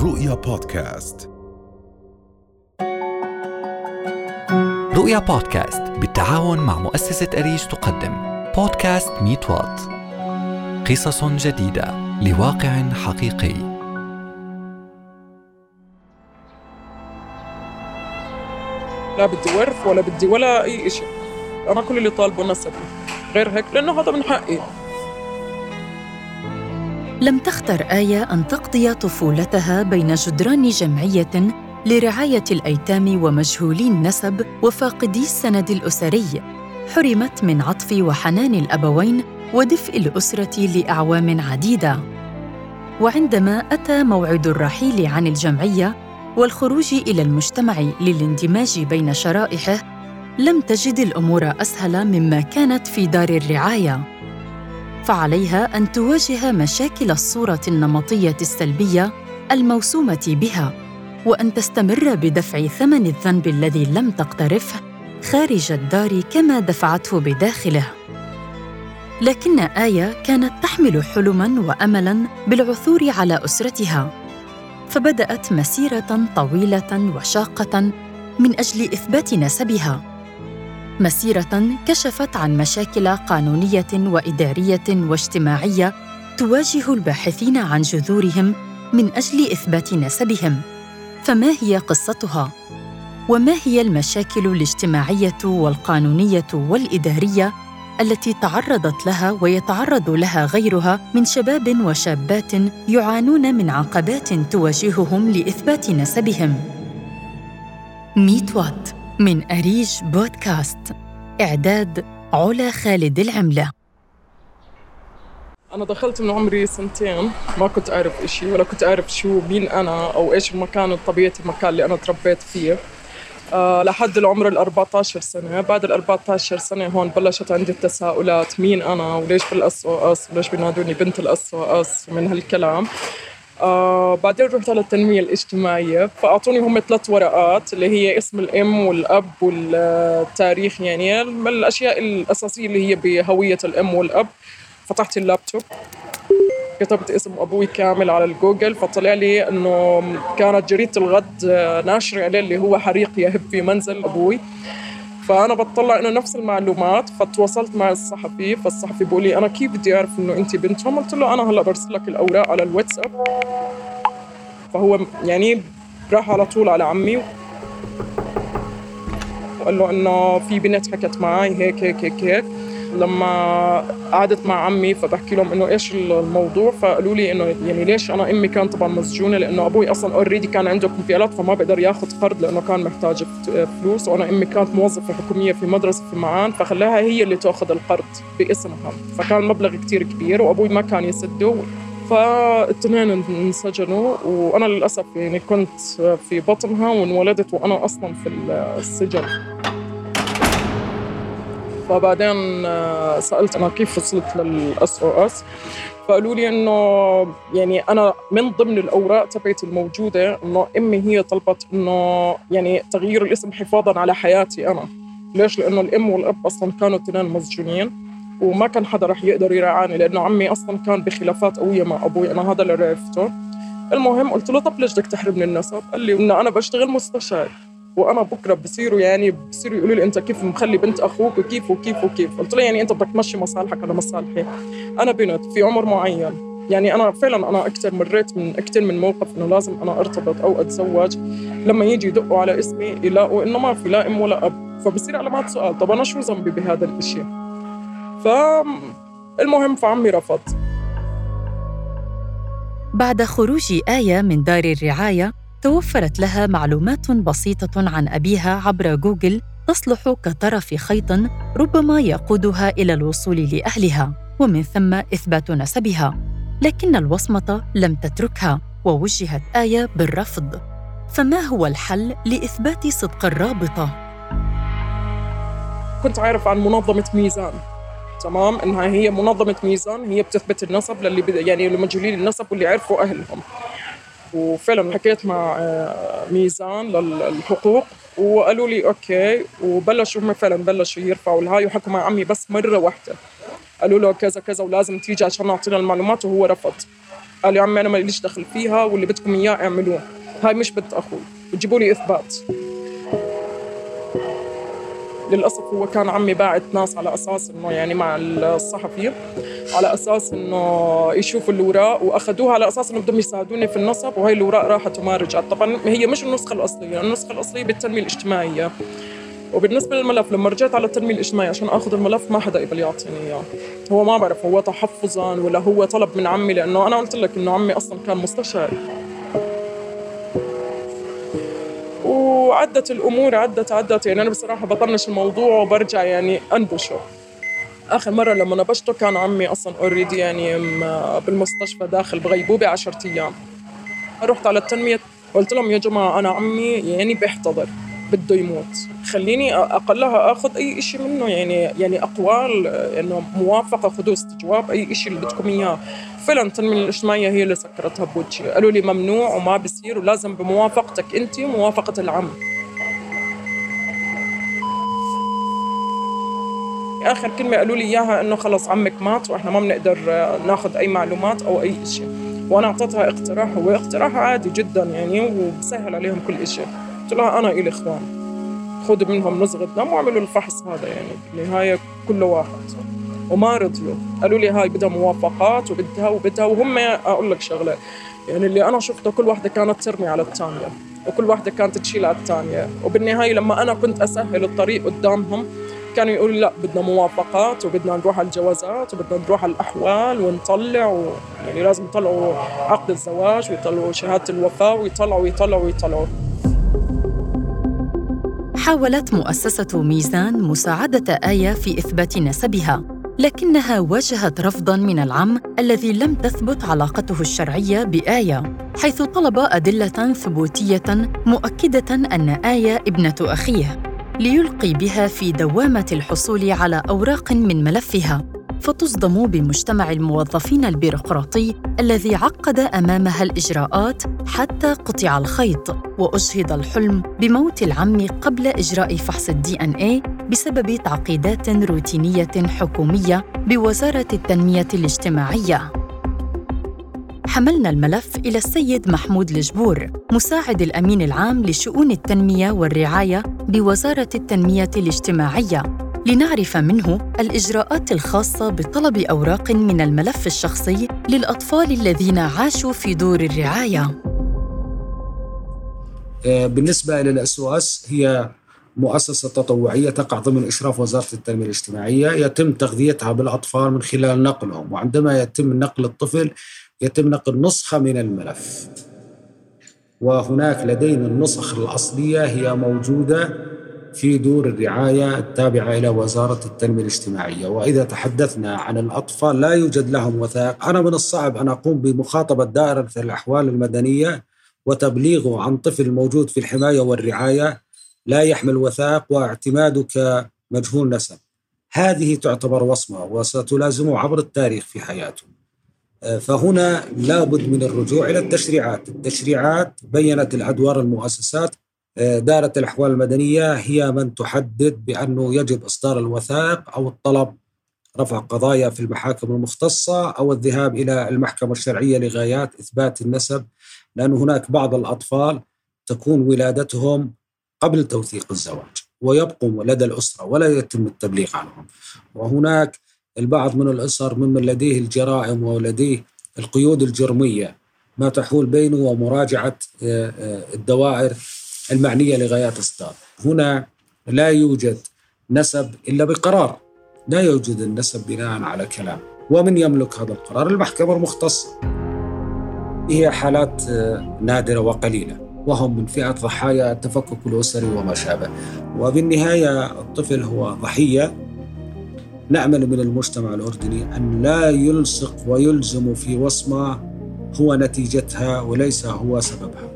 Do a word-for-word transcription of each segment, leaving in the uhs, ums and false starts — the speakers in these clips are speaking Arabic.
رؤيا بودكاست. رؤيا بودكاست بالتعاون مع مؤسسة أريج تقدم بودكاست ميت وات، قصص جديدة لواقع حقيقي. لا بدي ورث ولا بدي ولا أي إشي، أنا كل اللي طالبه نسبي، غير هيك لأنه هذا من حقي. لم تختر آية أن تقضي طفولتها بين جدران جمعية لرعاية الأيتام ومجهولي النسب وفاقدي السند الأسري. حرمت من عطف وحنان الأبوين ودفء الأسرة لأعوام عديدة. وعندما أتى موعد الرحيل عن الجمعية والخروج إلى المجتمع للاندماج بين شرائحه، لم تجد الأمور أسهل مما كانت في دار الرعاية. فعليها أن تواجه مشاكل الصورة النمطية السلبية الموسومة بها، وأن تستمر بدفع ثمن الذنب الذي لم تقترفه خارج الدار كما دفعته بداخله. لكن آية كانت تحمل حلماً وأملاً بالعثور على أسرتها، فبدأت مسيرة طويلة وشاقة من أجل إثبات نسبها، مسيرة كشفت عن مشاكل قانونية وإدارية واجتماعية تواجه الباحثين عن جذورهم من أجل إثبات نسبهم. فما هي قصتها؟ وما هي المشاكل الاجتماعية والقانونية والإدارية التي تعرضت لها ويتعرض لها غيرها من شباب وشابات يعانون من عقبات تواجههم لإثبات نسبهم؟ ميت وات من أريج بودكاست، إعداد علا خالد العملة. أنا دخلت من عمري سنتين، ما كنت أعرف إشي ولا كنت أعرف شو مين أنا أو إيش المكان الطبيعي، المكان اللي أنا تربيت فيه أه لحد العمر الأربعة عشر سنة. بعد الأربعة عشر سنة هون بلشت عندي التساؤلات، مين أنا وليش بالأس أو أس وليش بينادوني بنت الأس أو أس من هالكلام. آه بعدين رحت على التنمية الاجتماعية، فأعطوني هم ثلاث ورقات اللي هي اسم الأم والأب والتاريخ، يعني الأشياء الأساسية اللي هي بهوية الأم والأب. فتحت اللابتوب، كتبت اسم أبوي كامل على الجوجل، فطلع لي أنه كانت جريدة الغد ناشرة عليه اللي هو حريق يهب في منزل أبوي. فأنا بطلع إنه نفس المعلومات، فتواصلت مع الصحفي، فالصحفي بيقول لي أنا كيف بدي أعرف إنه أنت بنتهم؟ قلت له أنا هلا برسل لك الأوراق على الواتساب. فهو يعني راح على طول على عمي وقال له إنه في بنت حكت معي هيك هيك هيك هيك. لما قعدت مع عمي فبحكي لهم إنه إيش الموضوع، فقالوا لي إنه يعني ليش أنا أمي كان طبعا مسجونة، لأنه أبوي أصلاً أوريدي كان عنده كمبيالات فما بقدر ياخذ قرض لأنه كان محتاج فلوس، وأنا أمي كانت موظفة حكومية في مدرسة في معان، فخلاها هي اللي تأخذ القرض باسمها، فكان مبلغ كتير كبير وأبوي ما كان يسده. فالتنين انسجنوا، وأنا للأسف يعني كنت في بطنها وانولدت وأنا أصلاً في السجن. فبعدين سألت أنا كيف وصلت للأس أو أس، فقالوا لي إنه يعني أنا من ضمن الأوراق تبعتي الموجودة إنه أمي هي طلبت إنه يعني تغيير الاسم حفاظاً على حياتي أنا. ليش؟ لأنه الأم والأب أصلاً كانوا اثنين مسجونين وما كان حدا رح يقدر يرعاني، لأنه عمي أصلاً كان بخلافات قوية مع أبوي، أنا هذا اللي عرفته. المهم قلت له طب ليش بدك تحرمني النسب؟ قال لي إنه أنا بشتغل مستشار، وأنا بكرة بصيروا يعني بصيروا يقولوا لي أنت كيف مخلي بنت أخوك وكيف وكيف وكيف. قلت له يعني أنت بدك تمشي مصالحك على مصالحي، أنا بنت في عمر معين، يعني أنا فعلا أنا أكتر مريت من أكتر من موقف إنه لازم أنا أرتبط أو أتزوج، لما يجي يدقوا على اسمي يلاقوا إنه ما في لا أم ولا أب، فبصير علامات سؤال طب أنا شو ذنبي بهذا الإشي؟ فالمهم فعمي رفض. بعد خروج آية من دار الرعاية توفرت لها معلومات بسيطة عن أبيها عبر جوجل تصلح كطرف خيط ربما يقودها إلى الوصول لأهلها ومن ثم إثبات نسبها. لكن الوصمة لم تتركها ووجهت آية بالرفض. فما هو الحل لإثبات صدق الرابطة؟ كنت عارف عن منظمة ميزان، تمام، إنها هي منظمة ميزان، هي بتثبت النسب للي بد... يعني لمجهولين النسب واللي عرفوا أهلهم. وفعلا حكيت مع ميزان للحقوق وقالوا لي أوكي، وبلشوا هم فعلا بلشوا يرفعوا الهاي، وحكوا مع عمي بس مرة واحدة قالوا له كذا كذا ولازم تيجي عشان نعطينا المعلومات، وهو رفض. قال يا عمي أنا ما ليش دخل فيها، واللي بدكم إياه اعملوه، هاي مش بنت أخوي، وتجيبوا لي إثبات. للأسف هو كان عمي باعت ناس على أساس إنه يعني مع الصحفي على أساس إنه يشوفوا الأوراق، وأخذوها على أساس إنه بدهم يساعدوني في النصب، وهي الأوراق راحت وما رجعت. طبعاً هي مش النسخة الأصلية، النسخة الأصلية بالتنمية الاجتماعية. وبالنسبة للملف لما رجعت على التنمية الاجتماعية عشان أخذ الملف ما حدا قبل يعطيني إياه. هو ما بعرف هو تحفظاً ولا هو طلب من عمي، لأنه أنا قلت لك إنه عمي أصلاً كان مستشار. وعدت الأمور عدت عدت يعني أنا بصراحة بطنش الموضوع وبرجع يعني أنبشه. آخر مرة لما نبشته كان عمي أصلاً أوريدي يعني بالمستشفى داخل بغيبوبة عشرة أيام. رحت على التنمية قلت لهم يا جماعة أنا عمي يعني بيحتضر بده يموت، خليني أقلها أخذ أي إشي منه، يعني يعني أقوال إنه موافقة خذوا استجواب أي إشي اللي بدكم إياه. فعلا التنمية الاجتماعية هي اللي سكرتها بوجهي، قالوا لي ممنوع وما بصير ولازم بموافقتك أنت وموافقة العم. آخر كلمة قالوا لي إياها إنه خلص عمك مات وإحنا ما بنقدر ناخذ أي معلومات أو أي إشي. وأنا أعطيتها اقتراح، هو اقتراح عادي جدا يعني وبسهل عليهم كل إشي. قلت لها أنا إلي إخوان خذوا منهم نزغة دم وعملوا الفحص هذا، يعني بالنهاية كله واحد. وما رضيوا، قالوا لي هاي بدها موافقات وبدها وبدها. وهم أقول لك شغلة، يعني اللي أنا شفته كل واحدة كانت ترمي على الثانية وكل واحدة كانت تشيل على الثانية. وبالنهاية لما أنا كنت أسهل الطريق قدامهم كانوا يقولوا لا بدنا موافقات وبدنا نروح على الجوازات وبدنا نروح على الأحوال ونطلع و... يعني لازم يطلعوا عقد الزواج ويطلعوا شهادة الوفاة ويطلعوا ويطلعوا ويطلعوا. حاولت مؤسسة ميزان مساعدة آية في إثبات نسبها، لكنها واجهت رفضاً من العم الذي لم تثبت علاقته الشرعية بآية، حيث طلب أدلة ثبوتية مؤكدة أن آية ابنة أخيه، ليلقي بها في دوامة الحصول على أوراق من ملفها، فتصدم بمجتمع الموظفين البيروقراطي الذي عقد أمامها الإجراءات حتى قطع الخيط، وأجهض الحلم بموت العم قبل إجراء فحص الدي إن إيه بسبب تعقيدات روتينية حكومية بوزارة التنمية الاجتماعية. حملنا الملف إلى السيد محمود الجبور، مساعد الأمين العام لشؤون التنمية والرعاية بوزارة التنمية الاجتماعية، لنعرف منه الإجراءات الخاصة بطلب أوراق من الملف الشخصي للأطفال الذين عاشوا في دور الرعاية. بالنسبة للأسواس هي مؤسسة تطوعية تقع ضمن إشراف وزارة التنمية الاجتماعية، يتم تغذيتها بالأطفال من خلال نقلهم، وعندما يتم نقل الطفل يتم نقل نسخة من الملف، وهناك لدينا النسخ الأصلية هي موجودة في دور الرعاية التابعة إلى وزارة التنمية الاجتماعية. وإذا تحدثنا عن الأطفال لا يوجد لهم وثائق، أنا من الصعب أن أقوم بمخاطبة دائرة الأحوال المدنية وتبليغه عن طفل موجود في الحماية والرعاية لا يحمل وثائق واعتماده كمجهول نسب. هذه تعتبر وصمة وستلازمه عبر التاريخ في حياته. فهنا لابد من الرجوع إلى التشريعات. التشريعات بيّنت الأدوار المؤسسات. دائرة الأحوال المدنية هي من تحدد بأنه يجب إصدار الوثائق أو الطلب رفع قضايا في المحاكم المختصة أو الذهاب إلى المحكمة الشرعية لغايات إثبات النسب، لأن هناك بعض الأطفال تكون ولادتهم قبل توثيق الزواج ويبقوا لدى الأسرة ولا يتم التبليغ عنهم. وهناك البعض من الأسر ممن لديه الجرائم ولديه القيود الجرمية ما تحول بينه ومراجعة الدوائر المعنية لغايات إصدار. هنا لا يوجد نسب إلا بقرار، لا يوجد النسب بناء على كلام. ومن يملك هذا القرار؟ المحكمة المختصة. هي حالات نادرة وقليلة وهم من فئة ضحايا التفكك الأسري وما شابه. وبالنهاية الطفل هو ضحية. نأمل من المجتمع الأردني أن لا يلصق ويلزم في وصمة هو نتيجتها وليس هو سببها.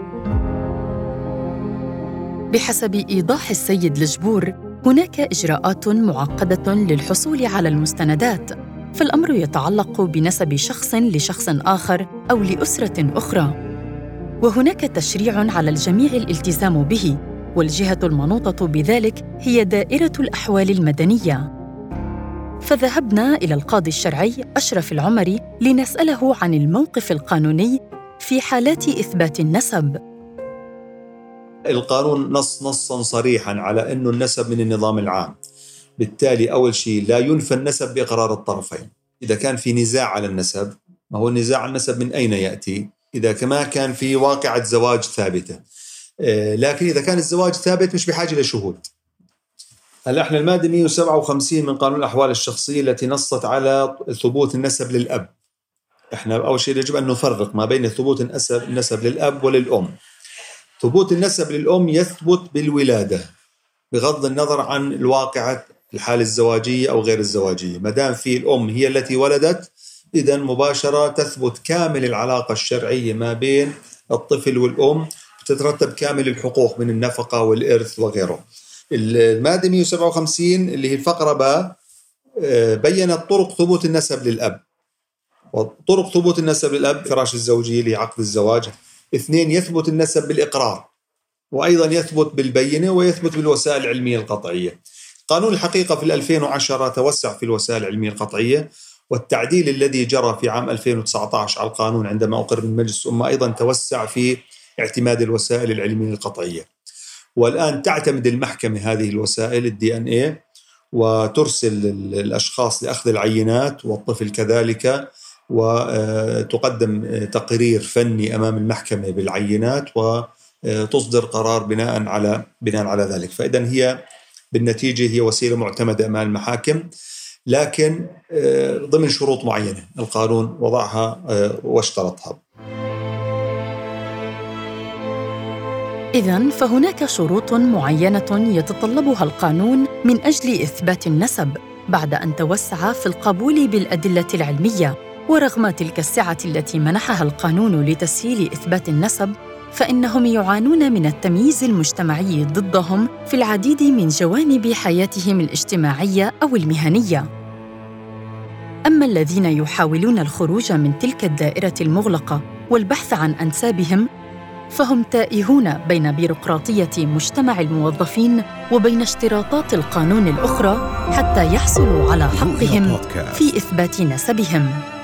بحسب إيضاح السيد الجبور، هناك إجراءات معقدة للحصول على المستندات، فالأمر يتعلق بنسب شخص لشخص آخر أو لأسرة أخرى، وهناك تشريع على الجميع الالتزام به، والجهة المنوطة بذلك هي دائرة الأحوال المدنية. فذهبنا إلى القاضي الشرعي أشرف العمري لنسأله عن الموقف القانوني في حالات إثبات النسب. القانون نص نصاً صريحاً على أنه النسب من النظام العام، بالتالي أول شيء لا ينفى النسب بإقرار الطرفين. إذا كان في نزاع على النسب، ما هو النزاع على النسب من أين يأتي؟ إذا كما كان في واقعة زواج ثابتة، لكن إذا كان الزواج ثابت مش بحاجة لشهود. هلا احنا المادة مئة وسبعة وخمسين من قانون الأحوال الشخصية التي نصت على ثبوت النسب للأب. احنا أول شيء يجب أن نفرق ما بين ثبوت النسب النسب للأب وللأم. ثبوت النسب للأم يثبت بالولادة بغض النظر عن الواقعة الحالة الزواجية أو غير الزواجية. ما دام في الأم هي التي ولدت، إذن مباشرة تثبت كامل العلاقة الشرعية ما بين الطفل والأم، تترتب كامل الحقوق من النفقة والإرث وغيره. المادة مئة وسبعة وخمسين اللي هي الفقرة باء بيّنت طرق ثبوت النسب للأب. وطرق ثبوت النسب للأب: فراش الزوجية اللي عقد الزواج. اثنين، يثبت النسب بالإقرار، وأيضا يثبت بالبينة، ويثبت بالوسائل العلمية القطعية. قانون الحقيقة في ألفين وعشرة توسع في الوسائل العلمية القطعية، والتعديل الذي جرى في عام ألفين وتسعة عشر على القانون عندما أقر من مجلس الأمة أيضا توسع في اعتماد الوسائل العلمية القطعية. والآن تعتمد المحكمة هذه الوسائل الدي ان اي، وترسل الأشخاص لأخذ العينات والطفل كذلك، وتقدم تقرير فني أمام المحكمة بالعينات، وتصدر قرار بناء على بناء على ذلك. فإذن هي بالنتيجة هي وسيلة معتمدة أمام المحاكم، لكن ضمن شروط معينة القانون وضعها واشترطها. إذن فهناك شروط معينة يتطلبها القانون من أجل إثبات النسب، بعد أن توسع في القبول بالأدلة العلمية. ورغم تلك السعة التي منحها القانون لتسهيل إثبات النسب، فإنهم يعانون من التمييز المجتمعي ضدهم في العديد من جوانب حياتهم الاجتماعية أو المهنية. أما الذين يحاولون الخروج من تلك الدائرة المغلقة والبحث عن أنسابهم، فهم تائهون بين بيروقراطية مجتمع الموظفين وبين اشتراطات القانون الأخرى حتى يحصلوا على حقهم في إثبات نسبهم.